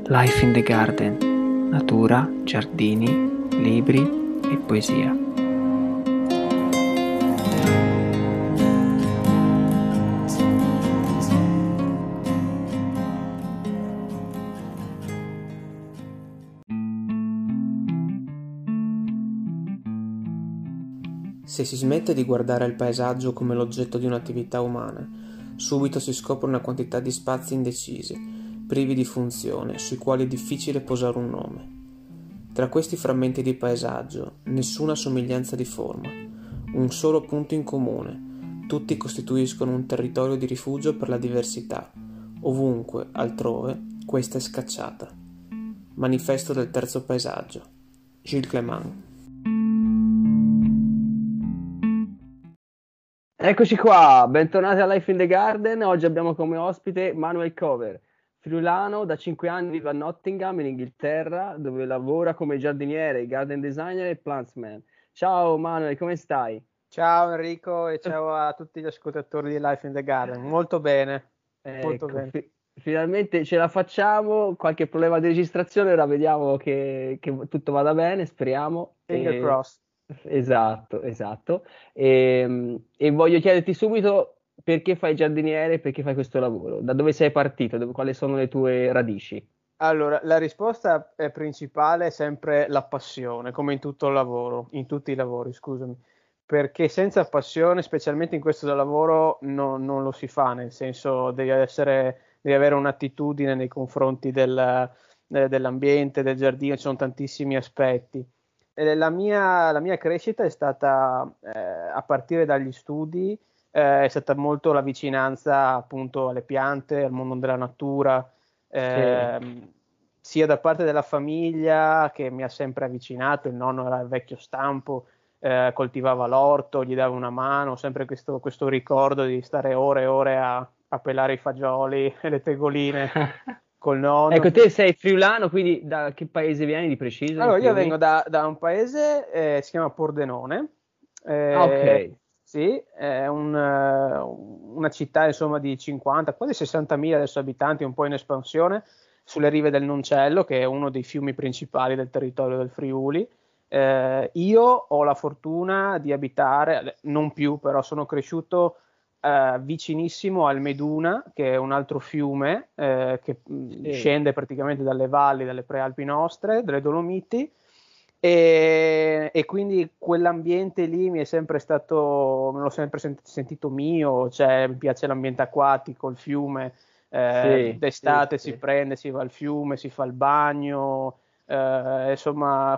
Life in the Garden, natura, giardini, libri e poesia. Se si smette di guardare il paesaggio come l'oggetto di un'attività umana, subito si scopre una quantità di spazi indecisi, privi di funzione, sui quali è difficile posare un nome. Tra questi frammenti di paesaggio, nessuna somiglianza di forma, un solo punto in comune, tutti costituiscono un territorio di rifugio per la diversità. Ovunque, altrove, questa è scacciata. Manifesto del terzo paesaggio. Gilles Clément. Eccoci qua, bentornati a Life in the Garden. Oggi abbiamo come ospite Manuel Cover, friulano, da 5 anni vive a Nottingham in Inghilterra, dove lavora come giardiniere, garden designer e plantsman. Ciao Manuel, come stai? Ciao Enrico e ciao a tutti gli ascoltatori di Life in the Garden. Molto bene, molto Ecco, bene. finalmente ce la facciamo, qualche problema di registrazione, ora vediamo che tutto vada bene, speriamo. Finger crossed. Esatto, esatto. E voglio chiederti subito perché fai giardiniere, perché fai questo lavoro, da dove sei partito, quali sono le tue radici? Allora, la risposta principale è sempre la passione, come in tutto il lavoro, in tutti i lavori, scusami. Perché senza passione, specialmente in questo lavoro, non lo si fa, nel senso devi avere un'attitudine nei confronti dell'ambiente, del giardino, ci sono tantissimi aspetti. La mia crescita è stata, a partire dagli studi, è stata molto la vicinanza appunto alle piante, al mondo della natura, Sì. sia da parte della famiglia che mi ha sempre avvicinato. Il nonno era il vecchio stampo, coltivava l'orto, gli dava una mano, sempre questo ricordo di stare ore e ore a pelare i fagioli e le tegoline col nonno. Ecco, te sei friulano, quindi da che paese vieni di preciso in Allora, io Friuli? vengo da un paese, si chiama Pordenone. Ah, ok. Sì, è una città insomma di 50, quasi 60.000 adesso abitanti, un po' in espansione, sulle rive del Noncello, che è uno dei fiumi principali del territorio del Friuli. Io ho la fortuna di abitare, non più, però sono cresciuto vicinissimo al Meduna, che è un altro fiume che Sì. scende praticamente dalle valli, dalle prealpi nostre, delle Dolomiti, e quindi quell'ambiente lì mi è sempre stato, me l'ho sempre sentito mio, cioè mi piace l'ambiente acquatico, il fiume, Sì, sì, d'estate si sì. prende, si va al fiume, si fa il bagno, insomma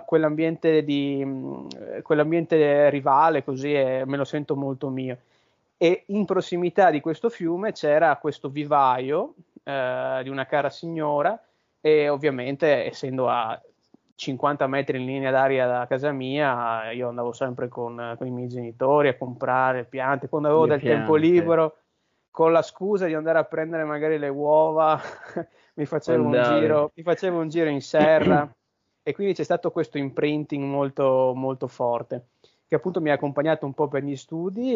quell'ambiente rivale così me lo sento molto mio. E in prossimità di questo fiume c'era questo vivaio di una cara signora, e ovviamente essendo a 50 metri in linea d'aria da casa mia, io andavo sempre con i miei genitori a comprare piante, quando avevo Le del tempo piante. libero, con la scusa di andare a prendere magari le uova, Andavi. mi facevo un giro in serra, e quindi c'è stato questo imprinting molto, molto forte, che appunto mi ha accompagnato un po' per gli studi,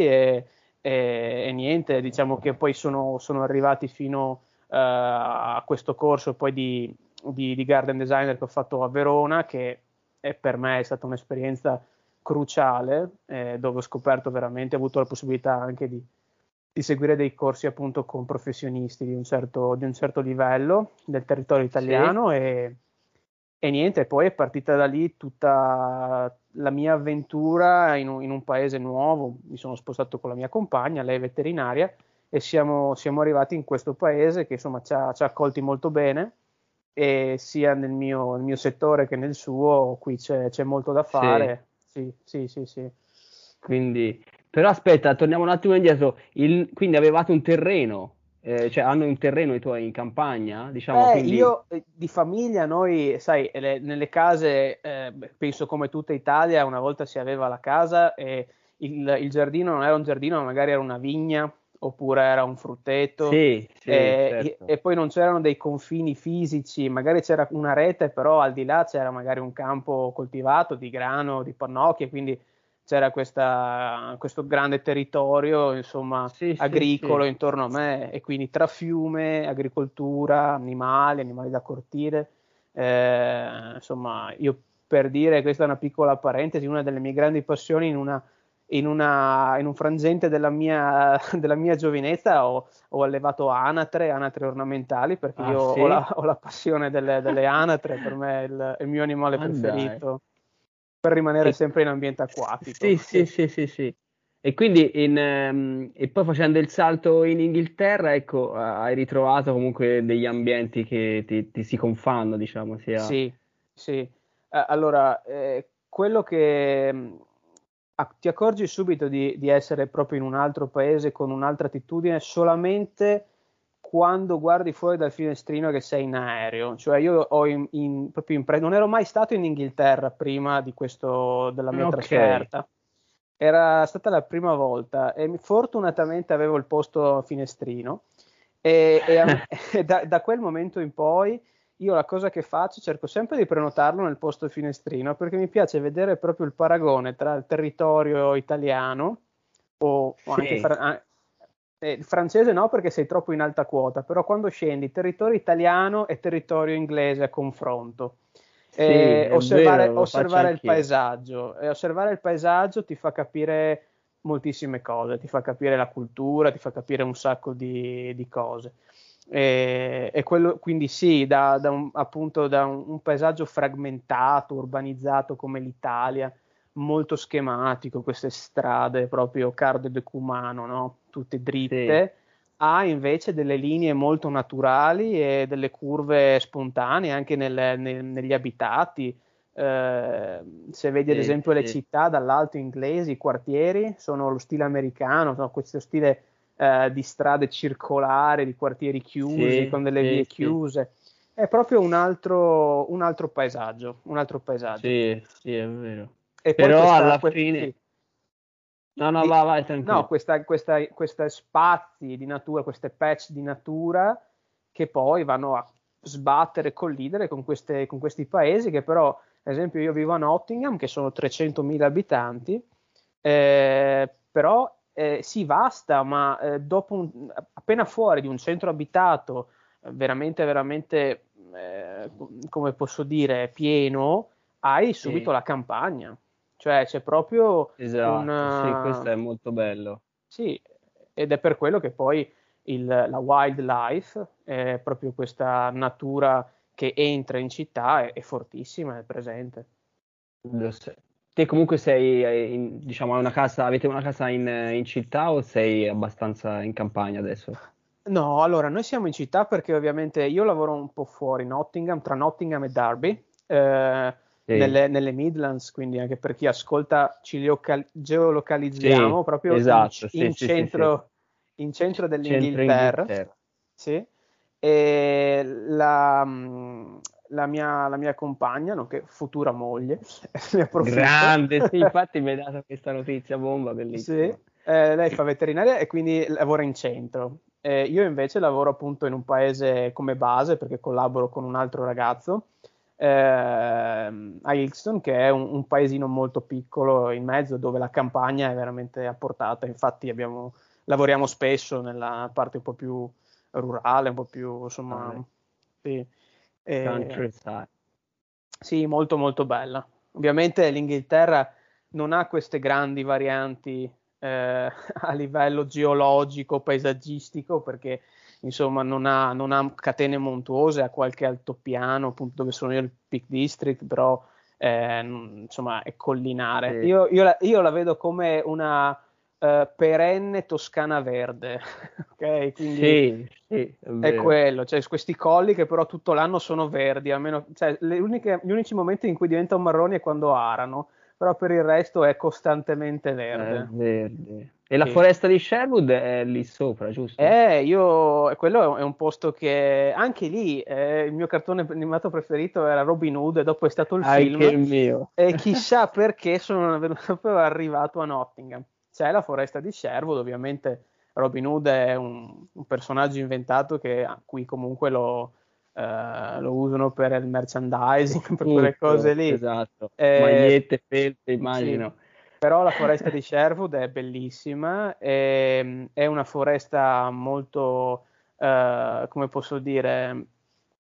e niente, diciamo che poi sono arrivati fino a questo corso poi di garden designer che ho fatto a Verona, che per me è stata un'esperienza cruciale, dove ho scoperto veramente, ho avuto la possibilità anche di seguire dei corsi appunto con professionisti di un certo livello del territorio Sì. italiano, e niente, poi è partita da lì tutta la mia avventura in un paese nuovo. Mi sono sposato con la mia compagna, lei è veterinaria, e siamo arrivati in questo paese che insomma ci ha accolti molto bene, e sia nel mio settore che nel suo, qui c'è molto da Sì. fare. Sì, sì, sì, sì. Quindi, però aspetta, torniamo un attimo indietro. Quindi avevate un terreno, cioè hanno un terreno i tuoi in campagna, diciamo, quindi Io di famiglia, noi, sai, nelle case, penso come tutta Italia, una volta si aveva la casa e il giardino non era un giardino, ma magari era una vigna oppure era un frutteto, sì, sì, certo. e poi non c'erano dei confini fisici, magari c'era una rete, però al di là c'era magari un campo coltivato di grano, di pannocchie, quindi c'era questo grande territorio, insomma, Sì, sì, agricolo sì. intorno a me, e quindi tra fiume, agricoltura, animali da cortile. Insomma, io, per dire, questa è una piccola parentesi, una delle mie grandi passioni in un frangente della mia giovinezza ho allevato anatre ornamentali, perché io sì? ho la passione delle anatre, per me è il mio animale Ah, dai. preferito, per rimanere E- sempre in ambiente acquatico. Sì, sì, sì, sì, sì. E quindi e poi facendo il salto in Inghilterra, ecco, hai ritrovato comunque degli ambienti che ti si confanno, diciamo, sia... Sì, sì. Allora, quello che ti accorgi subito di essere proprio in un altro paese con un'altra attitudine solamente quando guardi fuori dal finestrino che sei in aereo. Cioè, io ho non ero mai stato in Inghilterra prima della mia Ok, trasferta. Era stata la prima volta e fortunatamente avevo il posto finestrino e da quel momento in poi io la cosa che faccio, cerco sempre di prenotarlo nel posto finestrino, perché mi piace vedere proprio il paragone tra il territorio italiano o anche sì, il francese no, perché sei troppo in alta quota, però quando scendi territorio italiano e territorio inglese a confronto. sì, è vero, lo faccio Osservare il anch'io. paesaggio, e osservare il paesaggio ti fa capire moltissime cose, ti fa capire la cultura, ti fa capire un sacco di cose. E quello, quindi sì, appunto da un paesaggio frammentato, urbanizzato come l'Italia, molto schematico, queste strade proprio Cardo de Cumano, no? Tutte Sì, dritte, ha invece delle linee molto naturali e delle curve spontanee anche negli abitati. Se vedi ad sì, esempio le sì, città dall'alto inglesi, i quartieri sono lo stile americano, sono questo stile di strade circolari, di quartieri chiusi, sì, con delle vie sì, sì, chiuse. È proprio un altro paesaggio, un altro paesaggio. sì, sì, è vero. E poi Però questa, alla fine... sì, No, no, vai, no, tranquillo. queste spazi di natura, queste patch di natura che poi vanno a sbattere, collidere con questi paesi che però, ad esempio, io vivo a Nottingham, che sono 300.000 abitanti, però sì, vasta, ma appena fuori di un centro abitato veramente, veramente, come posso dire, pieno, hai subito Sì, la campagna. Cioè c'è proprio esatto, sì, questo è molto bello. sì, ed è per quello che poi la wildlife, è proprio questa natura che entra in città, è fortissima, è presente. Te comunque sei, diciamo, avete una casa in città o sei abbastanza in campagna adesso? No, allora noi siamo in città perché ovviamente io lavoro un po' fuori Nottingham, tra Nottingham e Derby, Sì, nelle Midlands, quindi anche per chi ascolta sì, geolocalizziamo proprio esatto, sì, sì, sì, sì. in centro Centro dell'Inghilterra, Inghilterra. sì, e la mia compagna, nonché futura moglie, ne approfitto. Grande, sì, infatti mi hai dato questa notizia bomba, Sì, bellissima. lei fa veterinaria e quindi lavora in centro. Io invece lavoro appunto in un paese come base perché collaboro con un altro ragazzo a Ilkeston, che è un paesino molto piccolo in mezzo dove la campagna è veramente a portata. Infatti lavoriamo spesso nella parte un po' più rurale, un po' più insomma, Dai, sì. Eh, countryside. sì, molto molto bella. Ovviamente l'Inghilterra non ha queste grandi varianti a livello geologico, paesaggistico, perché insomma non ha catene montuose, ha qualche altopiano, appunto dove sono io, il Peak District, però insomma è collinare. Sì, Io la vedo come una perenne Toscana verde, ok? Quindi sì, sì, è è vero. quello, cioè questi colli che però tutto l'anno sono verdi, almeno, cioè, gli unici momenti in cui diventano marroni è quando arano, però per il resto è costantemente È verde. verde. E la Sì. foresta di Sherwood è lì sopra, giusto? Quello è un posto che anche lì il mio cartone animato preferito era Robin Hood e dopo è stato il Anche film il mio. e chissà perché sono proprio arrivato a Nottingham. C'è la foresta di Sherwood, ovviamente Robin Hood è un personaggio inventato a cui comunque lo usano per il merchandising, per quelle cose Tutto, lì. esatto. Eh, Magliette, felpe, sì, immagino. però la foresta di Sherwood è bellissima, è una foresta molto, come posso dire,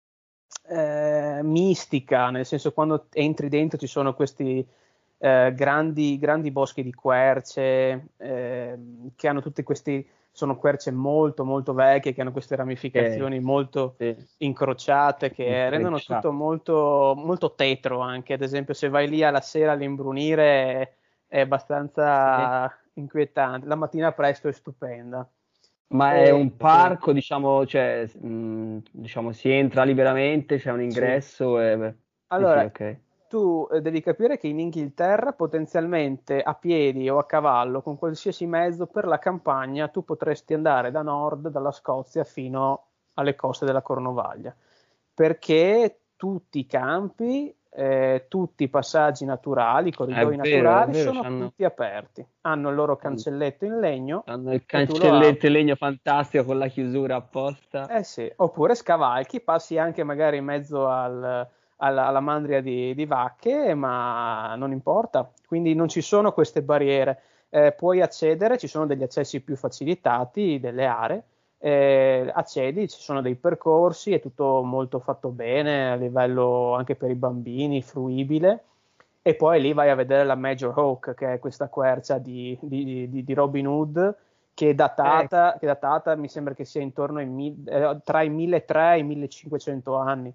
mistica, nel senso quando entri dentro ci sono questi grandi, grandi boschi di querce che hanno tutti questi, sono querce molto molto vecchie che hanno queste ramificazioni molto sì, incrociate che rendono tutto molto, molto tetro anche, ad esempio se vai lì alla sera all'imbrunire è abbastanza inquietante, la mattina presto è stupenda. Ma è un parco, diciamo, cioè, diciamo, si entra liberamente, c'è un Sì. ingresso e... Allora, Sì, ok. tu devi capire che in Inghilterra potenzialmente a piedi o a cavallo, con qualsiasi mezzo per la campagna, tu potresti andare da nord, dalla Scozia, fino alle coste della Cornovaglia, perché tutti i campi, tutti i passaggi naturali, i corridoi È naturali, vero, sono tutti aperti. Hanno il loro cancelletto in legno hanno il e tu lo apri. cancelletto in legno fantastico con la chiusura apposta. Eh sì, oppure scavalchi, passi anche magari in mezzo alla mandria di vacche, ma non importa, quindi non ci sono queste barriere. Puoi accedere, ci sono degli accessi più facilitati, delle aree, accedi, ci sono dei percorsi, è tutto molto fatto bene a livello anche per i bambini, fruibile. E poi lì vai a vedere la Major Hawk, che è questa quercia di Robin Hood, che è datata, mi sembra che sia intorno tra i 1300 e i 1500 anni.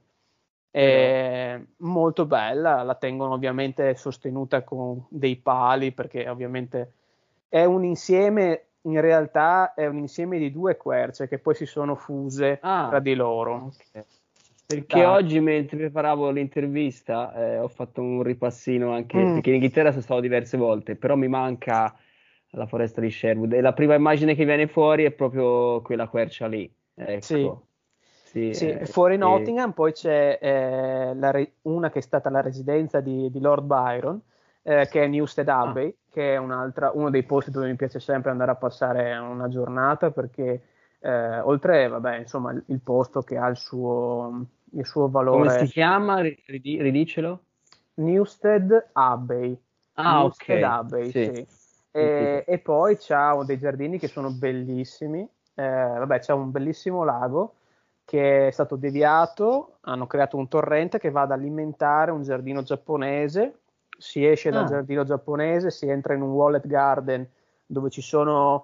È molto bella, la tengono ovviamente sostenuta con dei pali, perché ovviamente è un insieme, in realtà è un insieme di due querce che poi si sono fuse tra di loro. Ok. Perché oggi mentre preparavo l'intervista ho fatto un ripassino anche, perché in Inghilterra sono stato diverse volte, però mi manca la foresta di Sherwood e la prima immagine che viene fuori è proprio quella quercia lì. Sì. Ecco. Sì, Sì, fuori Nottingham poi c'è una che è stata la residenza di Lord Byron, che è Newstead Abbey, che è uno dei posti dove mi piace sempre andare a passare una giornata, perché oltre, vabbè, insomma, il posto che ha il suo Come si valore. chiama? Ridicelo? Newstead Abbey. Ah, Newstead ok. Abbey, Sì, sì. sentito. E poi c'ha dei giardini che sono bellissimi. Vabbè, c'è un bellissimo lago che è stato deviato, hanno creato un torrente che va ad alimentare un giardino giapponese. Si esce dal giardino giapponese, si entra in un wallet garden dove ci sono.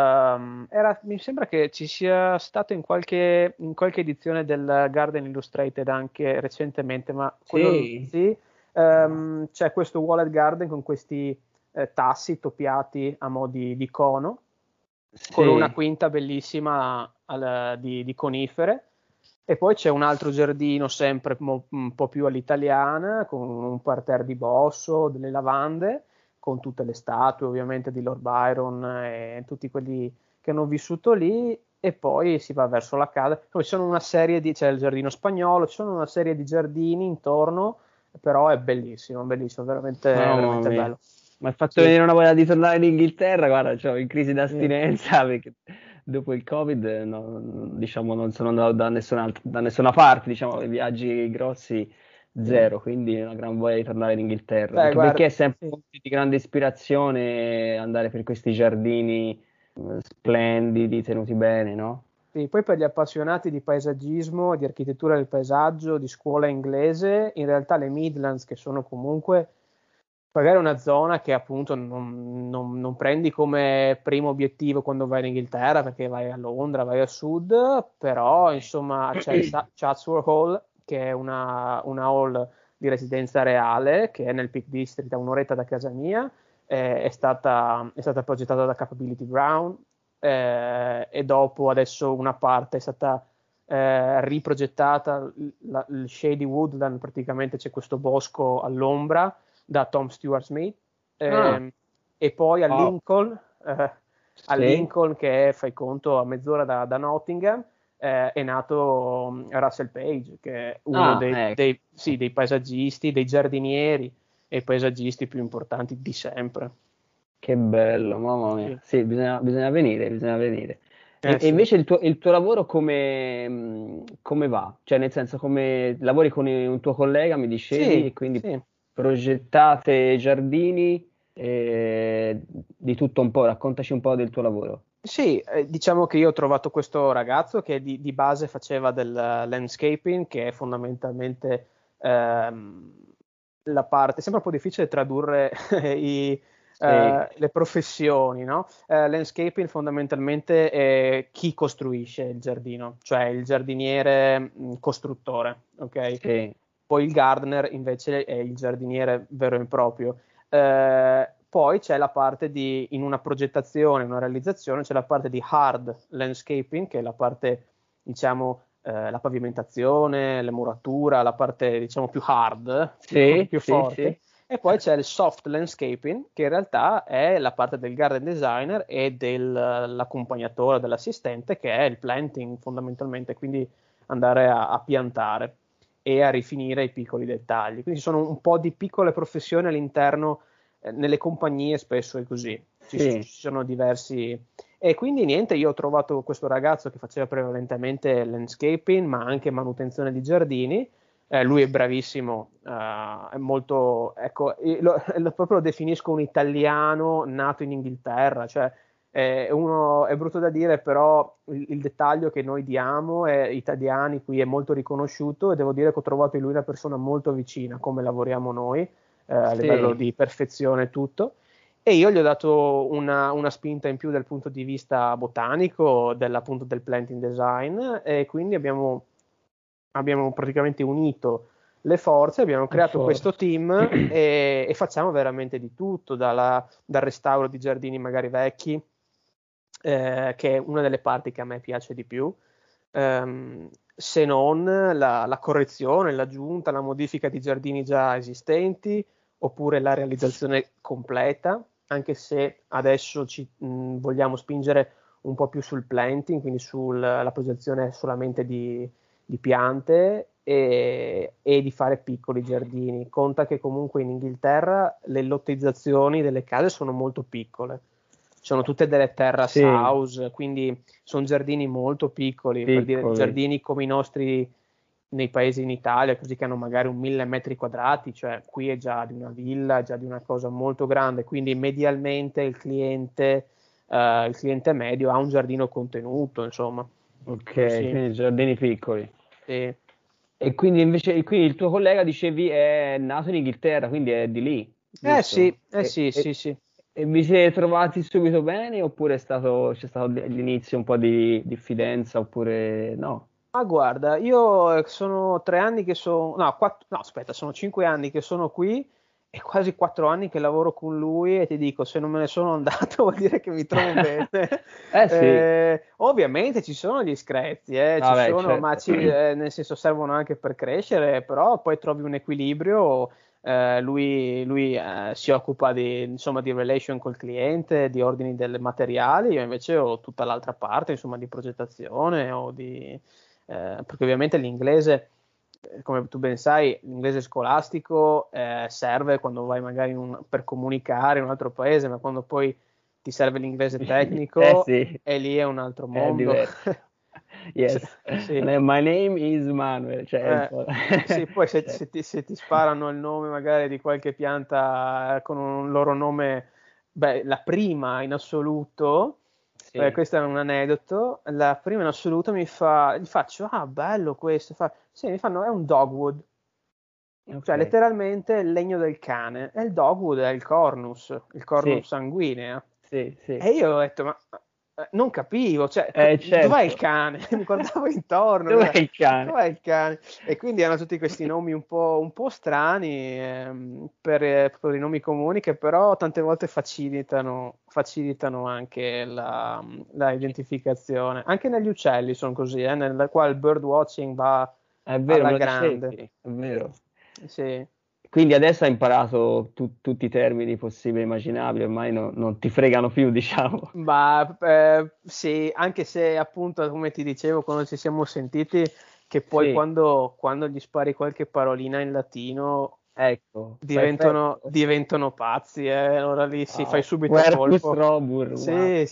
Mi sembra che ci sia stato in qualche edizione del Garden Illustrated anche recentemente, ma quello Sì. sì. C'è questo wallet garden con questi tassi toppiati a mo' di cono, con una Sì. quinta bellissima di conifere. E poi c'è un altro giardino sempre un po' più all'italiana, con un parterre di bosso, delle lavande, con tutte le statue ovviamente di Lord Byron e tutti quelli che hanno vissuto lì. E poi si va verso la casa. Poi c'è il giardino spagnolo, ci sono una serie di giardini intorno, però è bellissimo, veramente, Mamma veramente mia. bello. Mi ha fatto Sì. venire una voglia di tornare in Inghilterra, guarda, cioè, in crisi Sì. d'astinenza perché dopo il Covid diciamo, non sono andato da nessuna parte, diciamo, i viaggi grossi Sì. zero, quindi una gran voglia di tornare in Inghilterra, Beh, anche perché guarda, è sempre sì. fonte di grande ispirazione andare per questi giardini splendidi, tenuti bene, no? Sì, poi per gli appassionati di paesaggismo, di architettura del paesaggio, di scuola inglese, in realtà le Midlands, che sono comunque magari una zona che appunto non prendi come primo obiettivo quando vai in Inghilterra, perché vai a Londra, vai a sud, però insomma c'è il Chatsworth Hall, che è una hall di residenza reale, che è nel Peak District, a un'oretta da casa mia, è stata progettata da Capability Brown, e dopo adesso una parte è stata riprogettata, il Shady Woodland, praticamente c'è questo bosco all'ombra da Tom Stuart Smith, Ah, e poi wow. a Sì. Lincoln, che è, fai conto, a mezz'ora da Nottingham, è nato Russell Page, che è uno Ah, dei, ecco. dei- sì, dei paesaggisti, dei giardinieri e paesaggisti più importanti di sempre. Che bello, mamma mia. Sì, Sì, bisogna venire, bisogna venire. E sì. invece il tuo lavoro come va? Cioè, nel senso, come lavori con un tuo collega, mi dicevi, Sì, e quindi sì. progettate giardini, di tutto un po', raccontaci un po' del tuo lavoro. Sì, diciamo che io ho trovato questo ragazzo che di base faceva del landscaping, che è fondamentalmente la parte, sembra un po' difficile tradurre le professioni, no? Landscaping fondamentalmente è chi costruisce il giardino, cioè il giardiniere costruttore, ok? Sì. Poi il gardener invece è il giardiniere vero e proprio. Poi c'è la parte in una progettazione, una realizzazione, c'è la parte di hard landscaping, che è la parte, diciamo, la pavimentazione, la muratura, la parte, diciamo, più hard, più forte. Sì. E poi c'è il soft landscaping, che in realtà è la parte del garden designer e dell'accompagnatore, dell'assistente, che è il planting fondamentalmente, quindi andare a piantare e a rifinire i piccoli dettagli. Quindi ci sono un po' di piccole professioni all'interno, nelle compagnie spesso è così, ci sono diversi. E quindi niente, io ho trovato questo ragazzo che faceva prevalentemente landscaping, ma anche manutenzione di giardini. Lui è bravissimo, è molto, ecco, proprio lo definisco un italiano nato in Inghilterra, cioè è brutto da dire, però il dettaglio che noi diamo italiani qui è molto riconosciuto, e devo dire che ho trovato in lui una persona molto vicina a come lavoriamo noi, a livello di perfezione e tutto. E io gli ho dato una spinta in più dal punto di vista botanico, appunto del planting design, e quindi abbiamo praticamente unito le forze, abbiamo creato questo team e facciamo veramente di tutto, dal restauro di giardini magari vecchi, che è una delle parti che a me piace di più, se non la correzione, l'aggiunta, la modifica di giardini già esistenti, oppure la realizzazione completa, anche se adesso vogliamo spingere un po' più sul planting, quindi sulla progettazione solamente di piante e di fare piccoli giardini. Conta che comunque in Inghilterra le lottizzazioni delle case sono molto piccole, sono tutte delle terrace house, quindi sono giardini molto piccoli, per dire giardini come i nostri nei paesi in Italia, così, che hanno magari 1.000 metri quadrati, cioè qui è già di una villa, è già di una cosa molto grande, quindi medialmente il cliente medio ha un giardino contenuto, insomma. Ok, Sì. quindi giardini piccoli. Sì. E quindi invece il tuo collega, dicevi, è nato in Inghilterra, quindi è di lì, giusto? Sì. E vi siete trovati subito bene, oppure c'è stato all'inizio un po' di diffidenza, oppure no? Ma guarda, io sono 3 anni che sono, no, aspetta, sono 5 anni che sono qui e quasi 4 anni che lavoro con lui, e ti dico, se non me ne sono andato vuol dire che mi trovo bene. Sì. Ovviamente ci sono gli screzi, Vabbè, certo. ma nel senso servono anche per crescere, però poi trovi un equilibrio. Lui si occupa insomma, di relation col cliente, di ordini dei materiali, io invece ho tutta l'altra parte, insomma, di progettazione perché ovviamente l'inglese, come tu ben sai, l'inglese scolastico serve quando vai magari per comunicare in un altro paese, ma quando poi ti serve l'inglese tecnico, e lì è un altro mondo. Yes, Sì. My name is Manuel. Sì, poi se ti sparano il nome magari di qualche pianta con un loro nome, la prima in assoluto, questo è un aneddoto, la prima in assoluto gli faccio, bello questo, sì, mi fanno, è un dogwood, cioè letteralmente il legno del cane, e il dogwood è il cornus sanguineo. Sì. E io ho detto, ma non capivo, cioè, certo. dov'è il cane? Mi guardavo intorno. Dov'è il cane? E quindi hanno tutti questi nomi un po' strani per i nomi comuni, che però tante volte facilitano anche la identificazione. Anche negli uccelli sono così, nel quale il bird watching va alla grande. È vero. Sì. Quindi adesso hai imparato tutti i termini possibili e immaginabili, ormai non ti fregano più, diciamo. Ma sì, anche se appunto, come ti dicevo quando ci siamo sentiti, che poi quando gli spari qualche parolina in latino, ecco, diventano pazzi, allora lì si fai subito Quercus colpo. robur, Sì,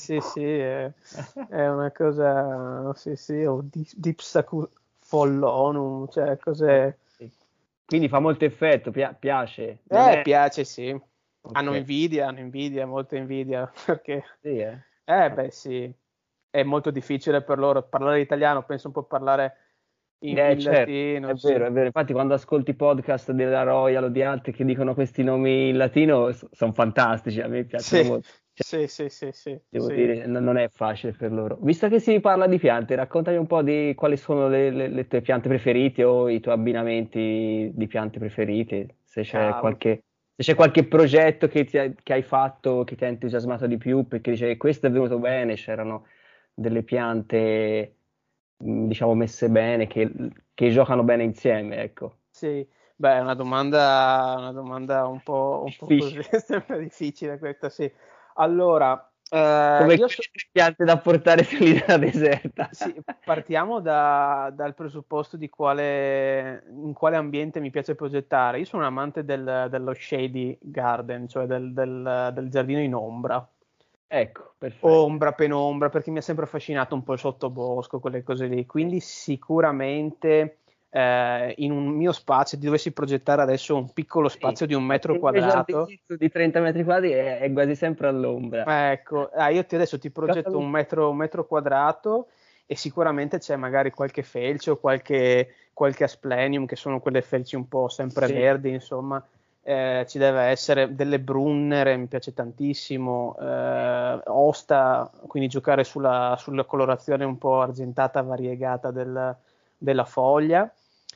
è una cosa, sì, o dipsacu follonum, cioè cose. Quindi fa molto effetto, piace. Piace, sì. Okay. Hanno invidia, molta invidia, perché Beh sì, è molto difficile per loro parlare italiano, penso un po' parlare in Certo, latino, è sì. vero, è vero. Infatti, quando ascolti podcast della Royal o di altri che dicono questi nomi in latino, sono fantastici. A me Sì, piacciono molto. Cioè, sì, sì, sì, sì, devo sì. dire, non è facile per loro. Visto che si parla di piante, raccontami un po' di quali sono le tue piante preferite o i tuoi abbinamenti di piante preferite, Cavolo. se c'è qualche progetto che hai fatto, che ti ha entusiasmato di più, perché dicevi questo è venuto bene, c'erano delle piante, diciamo, messe bene, che giocano bene insieme, ecco. Sì, beh, è una domanda un po' così, Difficile. sempre difficile questa, sì. Allora, Come io quelle piante da portare sull'isola deserta. sì, partiamo dal presupposto in quale ambiente mi piace progettare. Io sono un amante dello shady garden, cioè del giardino in ombra. Ecco, perfetto. Ombra, penombra, perché mi ha sempre affascinato un po' il sottobosco, quelle cose lì. Quindi sicuramente in un mio spazio, se dovessi progettare adesso un piccolo Sì, spazio di un metro anche il mio quadrato, giardinetto di 30 metri quadri è quasi sempre all'ombra. ecco, io adesso ti progetto un metro quadrato e sicuramente c'è magari qualche felce o qualche asplenium, che sono quelle felci un po' Sì, sempreverdi, insomma. Ci deve essere delle brunnere, mi piace tantissimo, osta, quindi giocare sulla colorazione un po' argentata, variegata della foglia.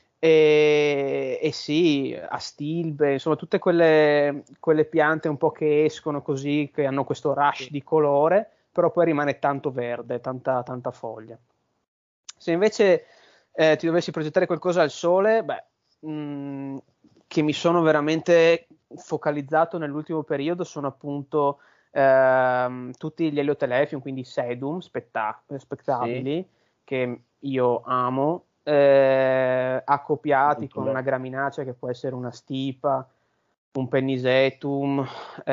E sì, astilbe, insomma, tutte quelle piante un po' che escono così, che hanno questo rush sì. di colore, però poi rimane tanto verde, tanta, tanta foglia. Se invece ti dovessi progettare qualcosa al sole, beh, che mi sono veramente focalizzato nell'ultimo periodo sono appunto tutti gli Eliothelefium, quindi sedum, Sì, spettabili, che io amo, accoppiati molto con una bello. graminacea che può essere una stipa, un pennisetum,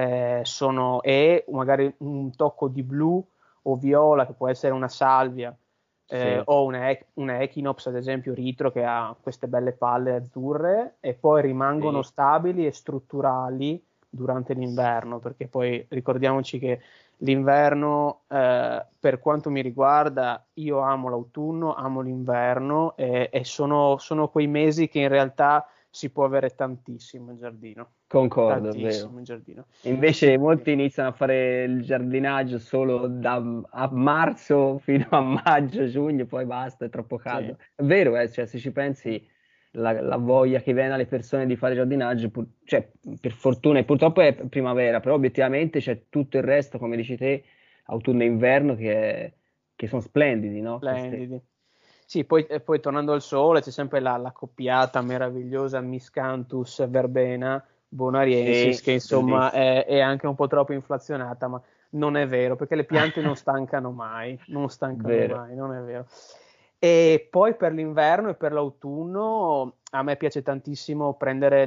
e magari un tocco di blu o viola che può essere una salvia, Sì, o una Echinops ad esempio ritro che ha queste belle palle azzurre e poi rimangono sì. stabili e strutturali durante l'inverno, perché poi ricordiamoci che l'inverno, per quanto mi riguarda, io amo l'autunno, amo l'inverno e sono quei mesi che in realtà si può avere tantissimo in giardino, Concordo, è vero. tantissimo in giardino. Invece Sì, molti iniziano a fare il giardinaggio solo a marzo fino a maggio, giugno, poi basta, è troppo sì. caldo. È vero, cioè, se ci pensi, la voglia che viene alle persone di fare giardinaggio, cioè, per fortuna, e purtroppo è primavera, però obiettivamente c'è tutto il resto, come dici te, autunno e inverno, che sono splendidi, no? Splendidi. Sì, poi tornando al sole c'è sempre la coppiata meravigliosa Miscanthus verbena Sì, bonariensis, che insomma bellissimo, è anche un po' troppo inflazionata, ma non è vero, perché le piante non stancano mai, non stancano vero. mai, non è vero. E poi per l'inverno e per l'autunno a me piace tantissimo prendere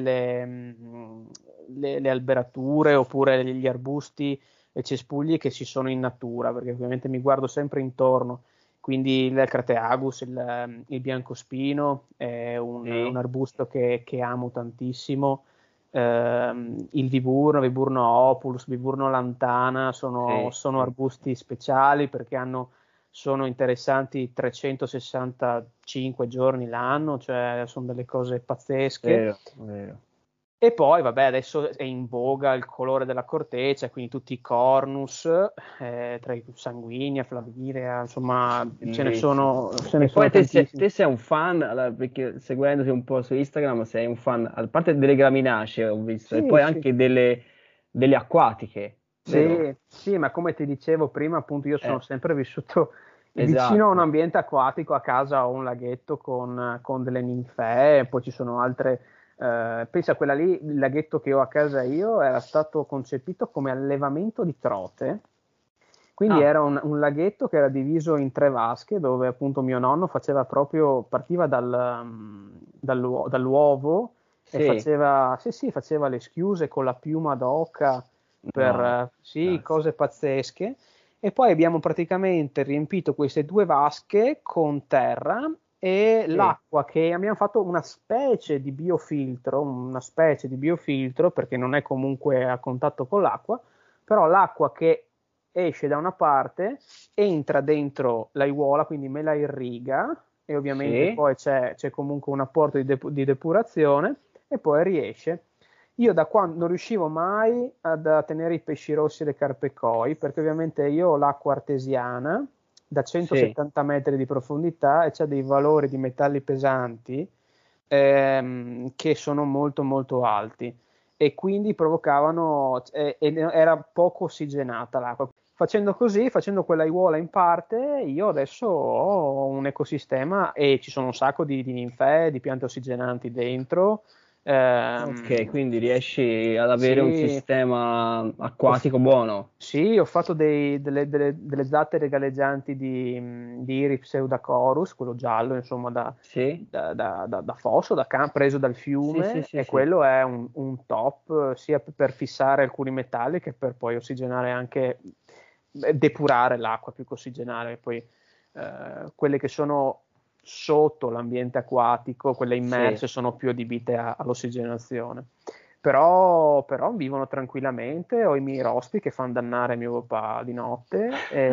le alberature oppure gli arbusti e cespugli che ci sono in natura, perché ovviamente mi guardo sempre intorno. Quindi il Crateagus, il biancospino, è un Sì, arbusto che amo tantissimo. Il Viburnum opulus, Viburnum lantana sono, sì, sono sì. arbusti speciali perché sono interessanti 365 giorni l'anno, cioè sono delle cose pazzesche. Vero, vero. E poi, vabbè, adesso è in voga il colore della corteccia, quindi tutti i cornus, tra i sanguignia, flavirea, insomma, ce ne Bellissimo. sono, ce ne E sono poi te, tantissimi. te sei un fan, allora, perché seguendoti un po' su Instagram, sei un fan, a parte delle graminacee, ho visto, e Sì, poi sì. anche delle acquatiche, vero? Sì, sì, ma come ti dicevo prima, appunto, io sono Eh, sempre vissuto vicino a un esatto. ambiente acquatico, a casa ho un laghetto con delle ninfee, poi ci sono altre. Pensa a quella lì, il laghetto che ho a casa io era stato concepito come allevamento di trote, quindi Ah, era un laghetto che era diviso in tre vasche, dove appunto mio nonno partiva dall'uovo e sì. faceva, sì, sì, faceva le schiuse con la piuma d'oca per, No, sì, grazie. cose pazzesche. E poi abbiamo praticamente riempito queste due vasche con terra e Sì, l'acqua che abbiamo fatto una specie di biofiltro, perché non è comunque a contatto con l'acqua, però l'acqua che esce da una parte, entra dentro l'aiuola, quindi me la irriga, e ovviamente Sì. poi c'è comunque un apporto di depurazione, e poi riesce. Io da quando non riuscivo mai a tenere i pesci rossi e le carpe koi, perché ovviamente io ho l'acqua artesiana da Sì. 170 metri di profondità e c'ha dei valori di metalli pesanti che sono molto molto alti, e quindi provocavano, era poco ossigenata l'acqua. Facendo così, facendo quell'aiuola in parte, io adesso ho un ecosistema e ci sono un sacco di ninfee, di piante ossigenanti dentro. Ok, quindi riesci ad avere un Sì, sistema ho, acquatico buono. sì, ho fatto delle zattere galleggianti di Iris pseudacorus, quello giallo, insomma, Sì? da fosso, preso dal Sì, sì, fiume, sì, e sì. quello è un top, sia per fissare alcuni metalli che per poi ossigenare anche, depurare l'acqua più che ossigenare. Poi quelle che sono sotto l'ambiente acquatico, quelle Sì. immerse, sono più adibite all'ossigenazione. Però vivono tranquillamente, ho i miei rospi che fanno dannare mio papà di notte,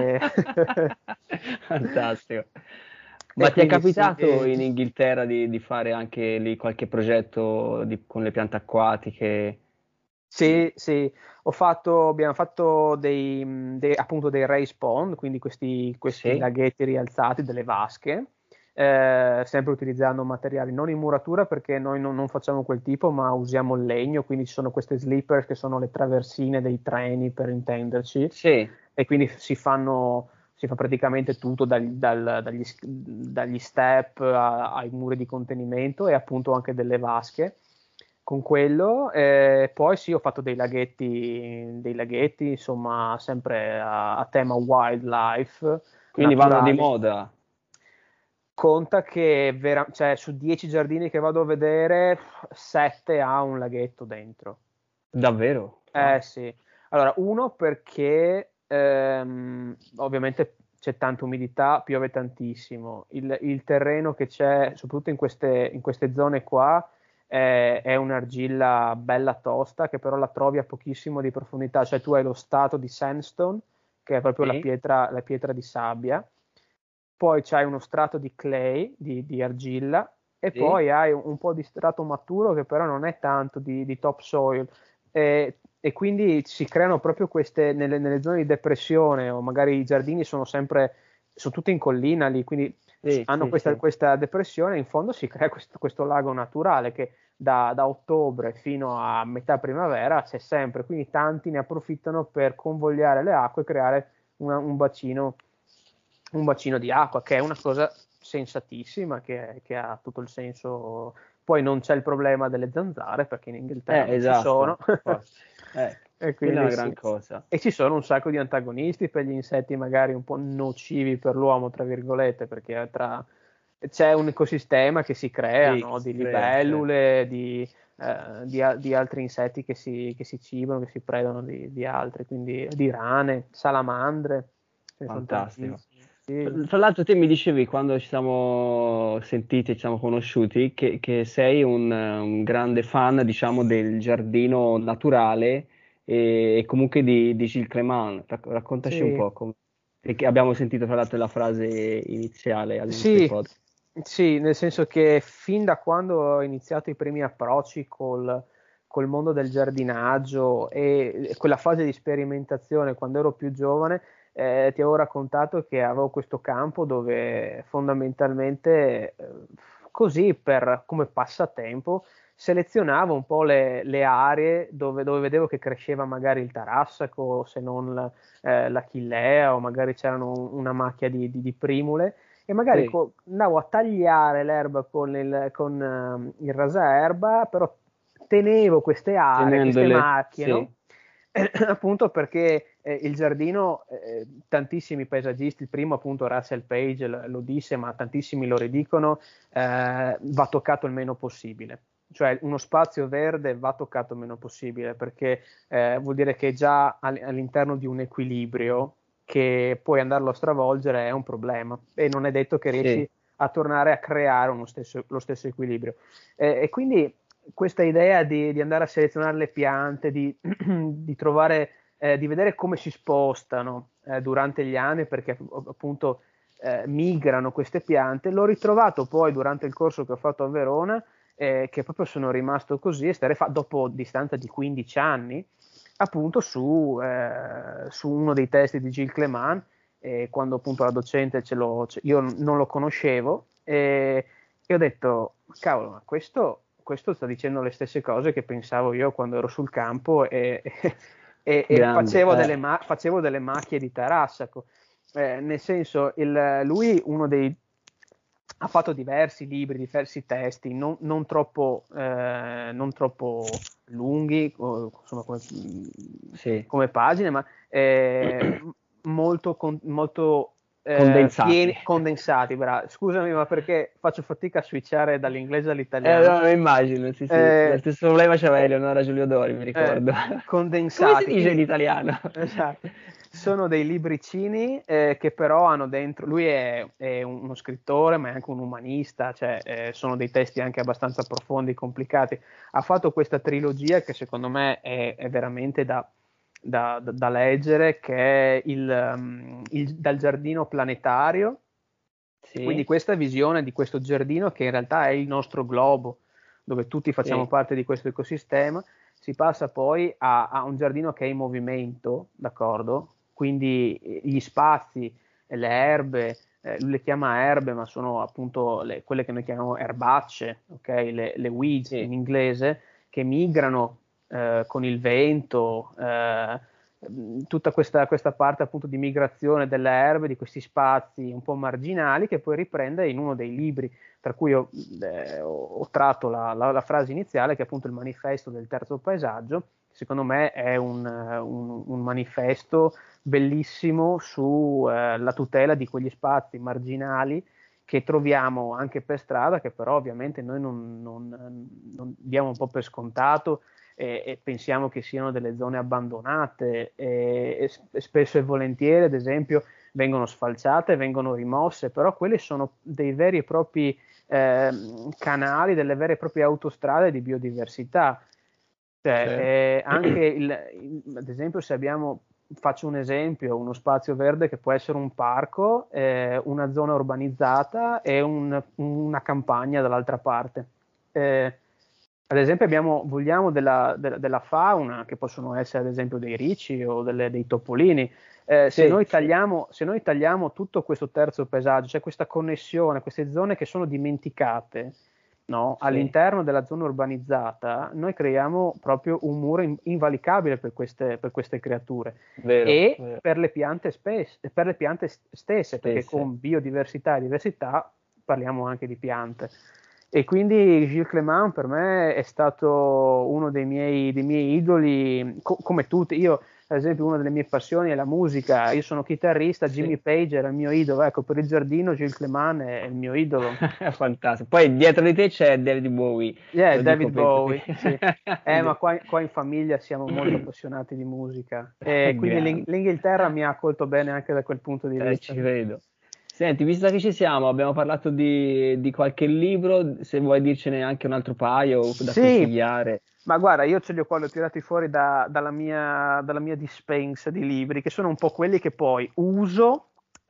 Fantastico. e Ma ti è quindi capitato sì. in Inghilterra di fare anche lì qualche progetto con le piante acquatiche? Sì, sì, abbiamo fatto appunto dei race pond, quindi questi Sì? laghetti rialzati, delle vasche, sempre utilizzando materiali non in muratura, perché noi non facciamo quel tipo, ma usiamo il legno, quindi ci sono queste sleepers che sono le traversine dei treni, per intenderci, Sì. e quindi si fa praticamente tutto dagli step ai muri di contenimento, e appunto anche delle vasche con quello. Poi sì, ho fatto dei laghetti, insomma, sempre a tema wildlife, Quindi vanno di naturali. moda. Conta che cioè, su 10 giardini che vado a vedere, 7 ha un laghetto dentro. Davvero? Wow. Sì. Allora, uno perché ovviamente c'è tanta umidità, piove tantissimo. Il terreno che c'è, soprattutto in queste zone qua, è un'argilla bella tosta, che però la trovi a pochissimo di profondità. Cioè tu hai lo strato di sandstone, che è proprio Sì? la pietra di sabbia, poi c'hai uno strato di clay, di argilla, e Sì? poi hai un po' di strato maturo, che però non è tanto di topsoil. E quindi si creano proprio queste, nelle zone di depressione, o magari i giardini sono tutti in collina lì, quindi Sì, hanno sì, questa, sì. questa depressione, e in fondo si crea questo lago naturale che da ottobre fino a metà primavera c'è sempre, quindi tanti ne approfittano per convogliare le acque e creare un bacino di acqua, che è una cosa sensatissima, che ha tutto il senso. Poi non c'è il problema delle zanzare, perché in Inghilterra non ci sono. Esatto. Infatti. E Quella è una quindi gran sì. cosa. E ci sono un sacco di antagonisti per gli insetti magari un po' nocivi per l'uomo, tra virgolette, perché c'è un ecosistema che si crea, Sì, che no? si Di crea, certo. libellule, di altri insetti che si cibano, che si predano di altri, quindi di rane, salamandre, ce ne sono Fantastico. tantissime. Sì. Tra l'altro te mi dicevi quando ci siamo sentiti, ci siamo conosciuti, che sei un grande fan, diciamo, del giardino naturale e comunque di Gilles Clément. Raccontaci un Sì. po', perché abbiamo sentito tra l'altro la frase iniziale all'inizio del Sì, pod. sì, nel senso che fin da quando ho iniziato i primi approcci col mondo del giardinaggio e quella fase di sperimentazione quando ero più giovane, ti avevo raccontato che avevo questo campo dove fondamentalmente, così come passatempo, selezionavo un po' le aree dove vedevo che cresceva magari il tarassaco, se non l'achillea, o magari c'erano una macchia di primule, e magari Sì, andavo a tagliare l'erba con il rasaerba, però tenevo queste aree, queste tenendole, macchie, sì, no? Appunto perché il giardino, tantissimi paesaggisti, il primo appunto Russell Page lo disse, ma tantissimi lo ridicono, va toccato il meno possibile. Cioè uno spazio verde va toccato il meno possibile, perché vuol dire che già all'interno di un equilibrio, che poi andarlo a stravolgere è un problema, e non è detto che sì, riesci a tornare a creare lo stesso equilibrio. E quindi questa idea di andare a selezionare le piante, di trovare di vedere come si spostano durante gli anni, perché appunto migrano queste piante. L'ho ritrovato poi durante il corso che ho fatto a Verona, che proprio sono rimasto così, dopo distanza di 15 anni, appunto su uno dei testi di Gilles Clément, quando appunto la docente io non lo conoscevo, e ho detto, cavolo, ma questo sta dicendo le stesse cose che pensavo io quando ero sul campo e facevo delle macchie di Tarassaco. Nel senso, lui ha fatto diversi libri, diversi testi, non troppo lunghi, insomma, come pagine, ma molto condensati. Scusami, ma perché faccio fatica a switchare dall'inglese all'italiano? No, immagino, sì. Lo stesso problema c'aveva Eleonora Giulio Dori, mi ricordo. Condensati. Come si dice in italiano? Esatto. Sono dei libricini che però hanno dentro, lui è uno scrittore ma è anche un umanista, cioè sono dei testi anche abbastanza profondi, complicati. Ha fatto questa trilogia che secondo me è veramente da leggere, che è Dal giardino planetario. Sì. Quindi questa visione di questo giardino che in realtà è il nostro globo, dove tutti facciamo parte di questo ecosistema. Si passa poi a un giardino che è in movimento, d'accordo? Quindi gli spazi, le erbe, lui le chiama erbe, ma sono appunto quelle che noi chiamiamo erbacce, okay? Le weeds in inglese, che migrano con il vento, tutta questa parte appunto di migrazione delle erbe, di questi spazi un po' marginali, che poi riprende in uno dei libri, tra cui ho tratto la frase iniziale, che è appunto il manifesto del terzo paesaggio. Secondo me è un manifesto bellissimo sulla tutela di quegli spazi marginali che troviamo anche per strada, che però ovviamente noi non diamo un po' per scontato e pensiamo che siano delle zone abbandonate, e spesso e volentieri, ad esempio, vengono sfalciate, vengono rimosse, però quelli sono dei veri e propri canali, delle vere e proprie autostrade di biodiversità. Cioè, anche ad esempio, se faccio un esempio, uno spazio verde che può essere un parco, una zona urbanizzata e una campagna dall'altra parte. Ad esempio vogliamo della fauna, che possono essere ad esempio dei ricci o dei topolini. Se noi tagliamo tutto questo terzo paesaggio, c'è questa connessione, queste zone che sono dimenticate, no? All'interno della zona urbanizzata, noi creiamo proprio un muro invalicabile per queste creature. Vero. Per le piante stesse, perché con biodiversità e diversità parliamo anche di piante. E quindi Gilles Clément per me è stato uno dei miei idoli, come tutti. Io, ad esempio, una delle mie passioni è la musica. Io sono chitarrista, Jimmy Page era il mio idolo. Ecco, per il giardino Gilles Clément è il mio idolo. Fantastico. Poi dietro di te c'è David Bowie. David Bowie, sì. Ma qua in famiglia siamo molto appassionati di musica. E quindi l'Inghilterra mi ha accolto bene anche da quel punto di vista. Ci vedo. Senti, visto che ci siamo, abbiamo parlato di qualche libro, se vuoi dircene anche un altro paio da consigliare. Ma guarda, io ce li ho qua, li ho tirati fuori dalla mia dispensa di libri, che sono un po' quelli che poi uso,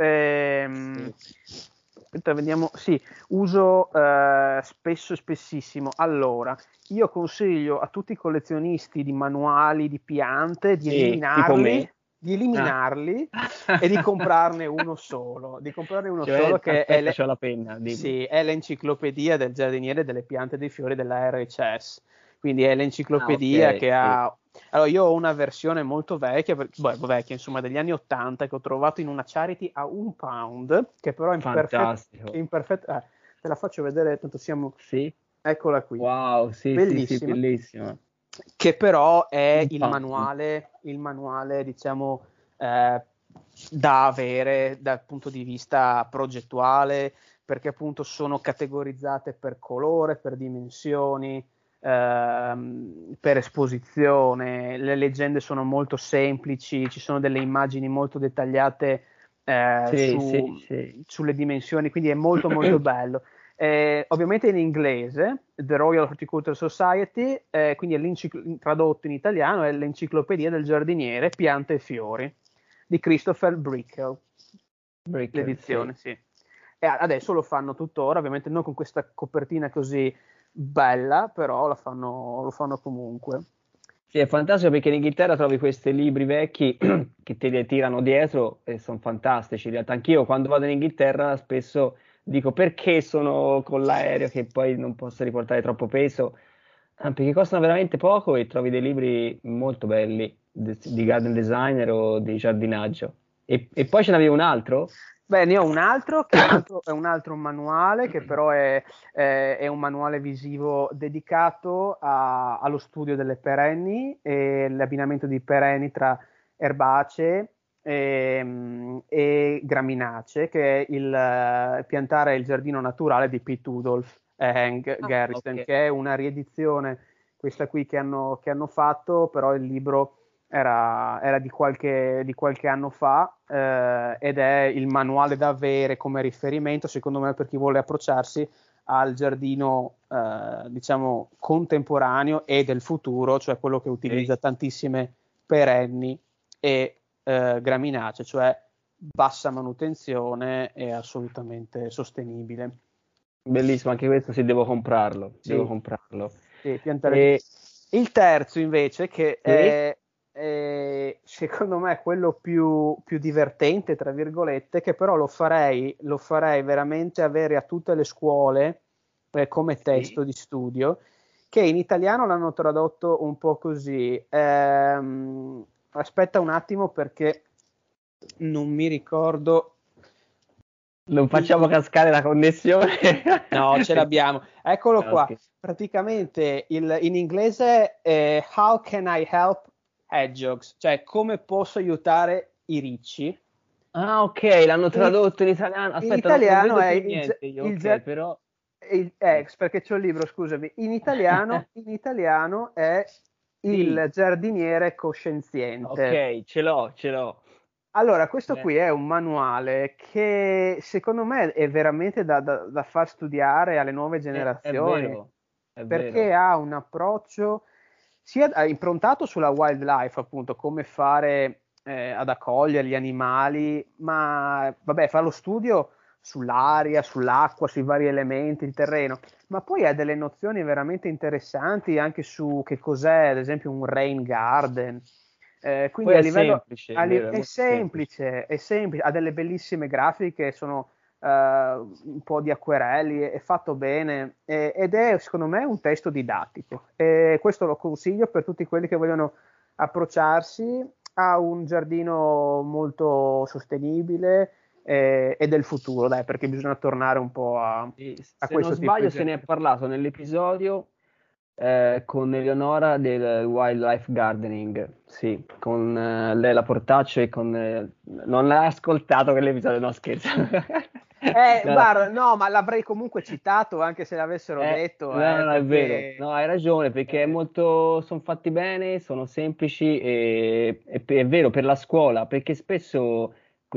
uso spessissimo. Allora, io consiglio a tutti i collezionisti di manuali di piante di eliminarli e di comprarne uno solo. Che c'ho la penna. È l'enciclopedia del giardiniere, delle piante e dei fiori della RHS. Quindi è l'enciclopedia che ha... Allora, io ho una versione molto vecchia, insomma, degli anni 80, che ho trovato in una charity a £1, che però è perfetto. Te la faccio vedere, tanto siamo... Sì. Eccola qui. Wow, bellissima. Bellissima. Che però è il manuale, diciamo, da avere dal punto di vista progettuale, perché appunto sono categorizzate per colore, per dimensioni, per esposizione. Le leggende sono molto semplici, ci sono delle immagini molto dettagliate sulle dimensioni, quindi è molto molto bello. ovviamente in inglese, The Royal Horticultural Society, quindi tradotto in italiano è l'Enciclopedia del giardiniere, piante e fiori, di Christopher Brickell, l'edizione, sì. E adesso lo fanno tuttora, ovviamente non con questa copertina così bella, però lo fanno comunque. Sì, è fantastico perché in Inghilterra trovi questi libri vecchi che te li tirano dietro e sono fantastici. In realtà anch'io quando vado in Inghilterra spesso dico perché sono con l'aereo che poi non posso riportare troppo peso. Perché costano veramente poco e trovi dei libri molto belli di garden designer o di giardinaggio. E poi ce n'avevi un altro? Beh, ne ho un altro che è un altro manuale che però è un manuale visivo dedicato allo studio delle perenni e l'abbinamento di perenni tra erbacee e graminacee, che è il piantare il giardino naturale di Pete Udolph e Hank Garrison, ok. che è una riedizione, questa qui che hanno fatto, però il libro era di qualche anno fa, ed è il manuale da avere come riferimento, secondo me, per chi vuole approcciarsi al giardino, diciamo, contemporaneo e del futuro, cioè quello che utilizza tantissime perenni e graminacee, cioè bassa manutenzione e assolutamente sostenibile. Bellissimo, anche questo sì, devo comprarlo. Sì. Devo comprarlo. Sì, il terzo invece, che Sì? è secondo me quello più divertente, tra virgolette, che però lo farei veramente avere a tutte le scuole come testo di studio, che in italiano l'hanno tradotto un po' così. Aspetta un attimo perché non mi ricordo. Non facciamo cascare la connessione. No, ce l'abbiamo. Eccolo No, qua. scherzo. Praticamente in inglese è How can I help hedgehogs? Cioè come posso aiutare i ricci? Ah, ok, l'hanno In, tradotto in italiano. in Aspetta, non italiano vedo è più niente io, ok, però... perché c'ho il libro, scusami. In italiano è Sì, il giardiniere coscienziente. ok, ce l'ho. Allora, questo qui è un manuale che secondo me è veramente da far studiare alle nuove È generazioni, vero, è perché vero. ha un approccio sia improntato sulla wildlife, appunto, come fare ad accogliere gli animali, ma vabbè, fa lo studio sull'aria, sull'acqua, sui vari elementi, il terreno, ma poi ha delle nozioni veramente interessanti anche su che cos'è, ad esempio, un rain garden. Quindi Poi a è livello semplice, è vero, è molto semplice. è semplice, ha delle bellissime grafiche, sono un po' di acquerelli, è fatto bene ed è secondo me un testo didattico. E questo lo consiglio per tutti quelli che vogliono approcciarsi a un giardino molto sostenibile e del futuro, dai, perché bisogna tornare un po' Sì, a se non questo tipo di sbaglio se ne è giardino. parlato nell'episodio con Eleonora del Wildlife Gardening, sì, con lei la Portaccio e con... non l'hai ascoltato quell'episodio, no scherzo. No, no. Guarda, no, ma l'avrei comunque citato anche se l'avessero detto, No, è vero, perché no, hai ragione, perché è eh, molto, sono fatti bene, sono semplici e è vero per la scuola, perché spesso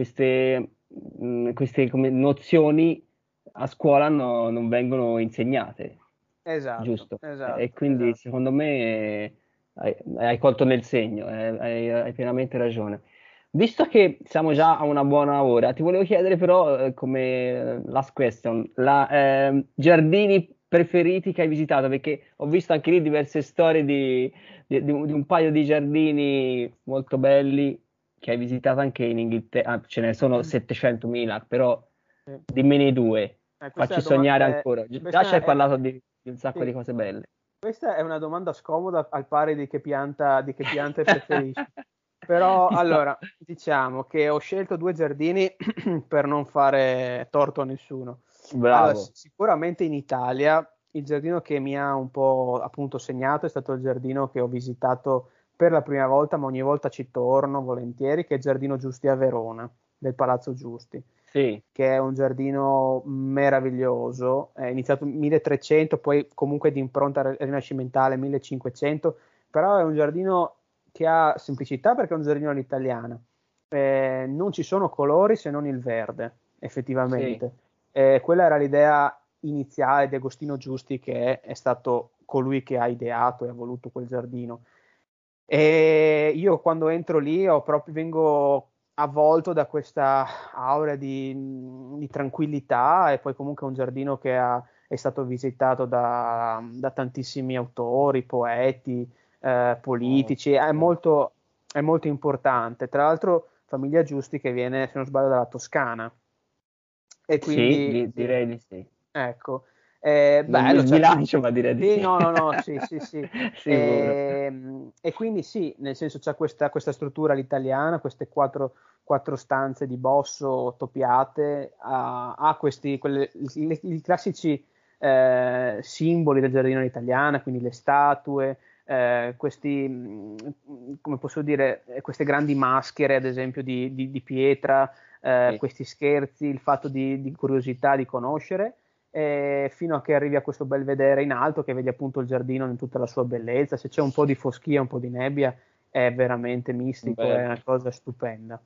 queste come nozioni a scuola non vengono insegnate, esatto, giusto? E esatto, quindi esatto. secondo me hai colto nel segno, hai pienamente ragione. Visto che siamo già a una buona ora, ti volevo chiedere però, come last question, giardini preferiti che hai visitato, perché ho visto anche lì diverse storie di un paio di giardini molto belli che hai visitato anche in Inghilterra. Ah, ce ne sono 700.000, però Sì. dimmene due, Questa è facci la domanda, sognare ancora. Già ci questa hai è, parlato di un sacco di sì, cose belle. questa è una domanda scomoda al pari di che piante preferisci. Però Ci sta. allora, diciamo che ho scelto due giardini per non fare torto a nessuno. Allora, Bravo. sicuramente in Italia il giardino che mi ha un po' appunto segnato è stato il giardino che ho visitato per la prima volta, ma ogni volta ci torno volentieri, che è il Giardino Giusti a Verona, del Palazzo Giusti, Sì, che è un giardino meraviglioso, è iniziato nel 1300, poi comunque di impronta rinascimentale 1500, però è un giardino che ha semplicità perché è un giardino all'italiana. Non ci sono colori se non il verde, sì. effettivamente. Quella era l'idea iniziale di Agostino Giusti, che è stato colui che ha ideato e ha voluto quel giardino. E io quando entro lì vengo avvolto da questa aura di tranquillità, e poi comunque è un giardino che è stato visitato da tantissimi autori, poeti, politici, è molto importante. Tra l'altro famiglia Giusti che viene, se non sbaglio, dalla Toscana. E quindi Sì, direi di sì. ecco, Non mi bello, cioè, sbilancio, ma direi di sì, sì. no, sì, sì, sì. Sicuro. E quindi sì, nel senso c'è questa struttura all'italiana, queste quattro stanze di bosso toppiate, ha i classici simboli del giardino all'italiana, quindi le statue, come posso dire, queste grandi maschere, ad esempio, di pietra, Sì. questi scherzi, il fatto di curiosità, di conoscere, fino a che arrivi a questo bel vedere in alto, che vedi appunto il giardino in tutta la sua bellezza. Se c'è un po' di foschia, un po' di nebbia, è veramente mistico, è Bello. una cosa stupenda.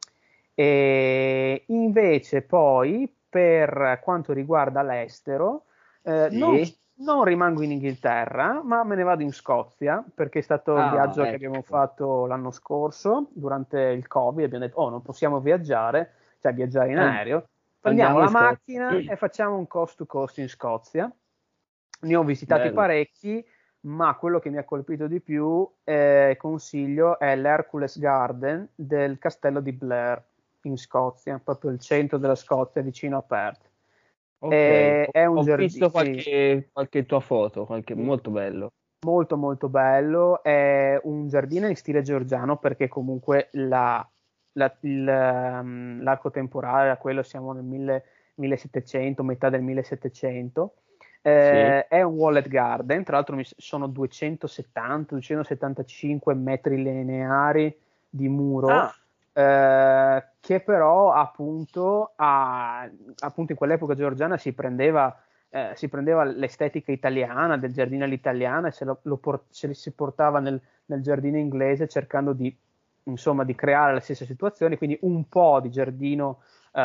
E invece poi, per quanto riguarda l'estero, Sì. non rimango in Inghilterra, ma me ne vado in Scozia, perché è stato un viaggio che abbiamo Ecco. fatto l'anno scorso, durante il Covid. Abbiamo detto, non possiamo viaggiare, cioè viaggiare in aereo. Prendiamo Andiamo la in Scozia. macchina e facciamo un coast to coast in Scozia. Ne ho visitati Bello. parecchi, ma quello che mi ha colpito di più, consiglio, è l'Hercules Garden del castello di Blair in Scozia, proprio il centro della Scozia, vicino a Perth. Ok, È un ho giardino, visto sì, qualche tua foto, sì, molto bello. molto molto bello. È un giardino in stile georgiano, perché comunque l'arco temporale era quello, siamo nel 1700, metà del 1700. Sì. È un walled garden, tra l'altro sono 270-275 metri lineari di muro, Ah, che però appunto in quell'epoca georgiana si prendeva l'estetica italiana del giardino all'italiana, e se li si portava nel giardino inglese, cercando insomma, di creare la stessa situazione. Quindi un po' di giardino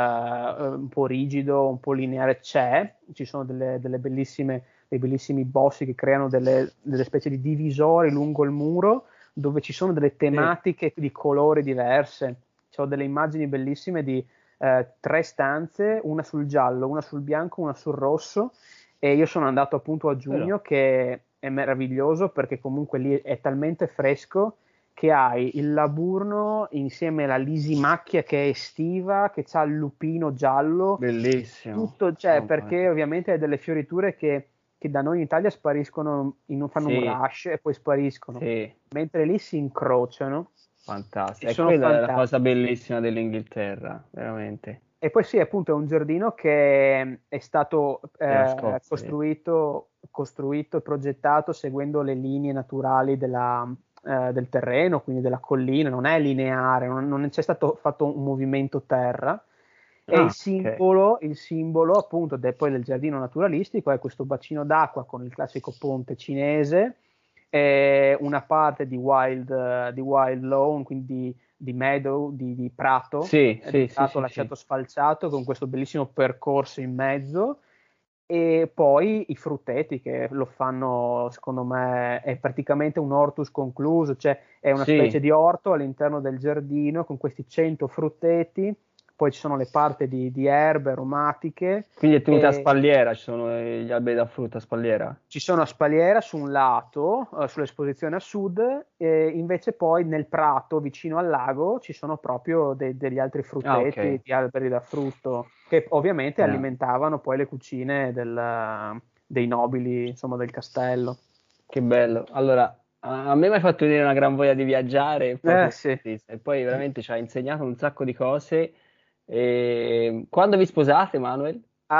un po' rigido, un po' lineare ci sono dei bellissimi bossi che creano delle specie di divisori lungo il muro, dove ci sono delle sì. tematiche di colori diverse. Ci sono delle immagini bellissime di 3 stanze, una sul giallo, una sul bianco, una sul rosso. E io sono andato appunto a Però, giugno, che è meraviglioso, perché comunque lì è talmente fresco che hai il laburno insieme alla lisimacchia che è estiva, che ha il lupino giallo, bellissimo. tutto, cioè, Mamma perché mia. ovviamente hai delle fioriture che da noi in Italia spariscono, fanno un Sì, rush e poi spariscono, sì, mentre lì si incrociano e fantastico. E sono quella è la cosa fantastici. bellissima dell'Inghilterra, veramente. E poi sì, appunto, è un giardino che è stato Della Scozia. costruito e progettato seguendo le linee naturali del terreno, quindi della collina. Non è lineare, non c'è stato fatto un movimento terra. E il Ah, ok. simbolo appunto poi del giardino naturalistico è questo bacino d'acqua con il classico ponte cinese, una parte di wild lawn, quindi di meadow, di prato, Sì, di sì, sì, prato sì, sì. lasciato sfalciato, con questo bellissimo percorso in mezzo. E poi i frutteti, che lo fanno, secondo me, è praticamente un hortus concluso, cioè è una specie Sì, di orto all'interno del giardino con questi 100 frutteti. Poi ci sono le parti di erbe aromatiche, quindi è tenuta a e spalliera, ci sono gli alberi da frutta a spalliera. ci sono a spaliera su un lato, sull'esposizione a sud, e invece poi nel prato vicino al lago ci sono proprio degli altri Ah, frutteti, ok. di alberi da frutto, che ovviamente Ah, alimentavano poi le cucine dei nobili, insomma, del castello. che bello. Allora, a me mi hai fatto venire una gran voglia di viaggiare, proprio Sì. così. E poi veramente ci hai insegnato un sacco di cose. E quando vi sposate, Manuel?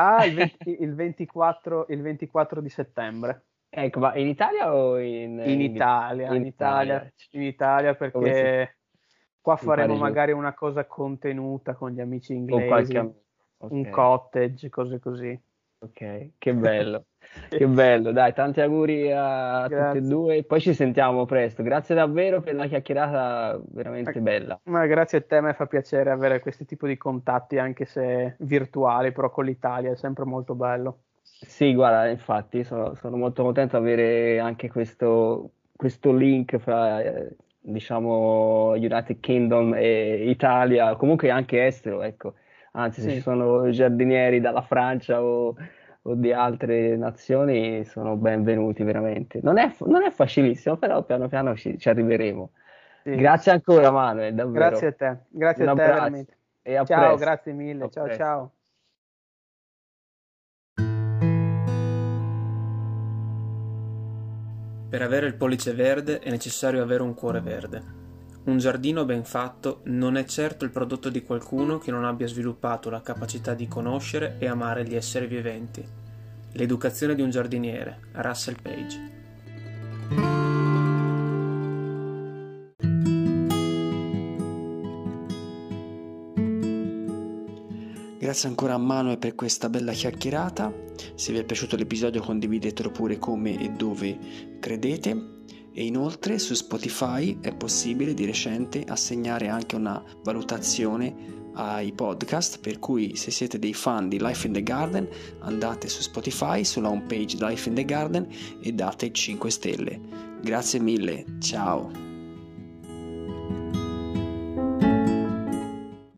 Il 24 di settembre. Ecco, ma in Italia o in In Inghilterra? Italia, In in Italia, Italia. in Italia, Come si perché qua mi faremo pare giusto? magari una cosa contenuta con gli amici Con qualche inglesi, amico. un Ok, cottage, cose così. ok, che bello. Che bello, dai, tanti auguri a tutti e Grazie. due. Poi ci sentiamo presto. Grazie davvero per la chiacchierata Ma veramente bella. ma grazie a te, a me fa piacere avere questo tipo di contatti, anche se virtuali, però con l'Italia è sempre molto bello. Sì, guarda, infatti sono molto contento di avere anche questo link fra, diciamo, United Kingdom e Italia, comunque anche estero, ecco. Anzi, se ci Sì, sono giardinieri dalla Francia o di altre nazioni, sono benvenuti veramente. Non è facilissimo, però piano piano ci arriveremo. sì. Grazie ancora, Manuel, Grazie davvero. a te, grazie Un a te abbraccio veramente. e a Ciao, presto. grazie mille, A ciao presto. ciao. Per avere il pollice verde è necessario avere un cuore verde. Un giardino ben fatto non è certo il prodotto di qualcuno che non abbia sviluppato la capacità di conoscere e amare gli esseri viventi. L'educazione di un giardiniere, Russell Page. Grazie ancora a Manuel per questa bella chiacchierata. Se vi è piaciuto l'episodio condividetelo pure come e dove credete. E inoltre su Spotify è possibile di recente assegnare anche una valutazione ai podcast, per cui se siete dei fan di Life in the Garden andate su Spotify, sulla home page Life in the Garden e date 5 stelle. Grazie mille, ciao!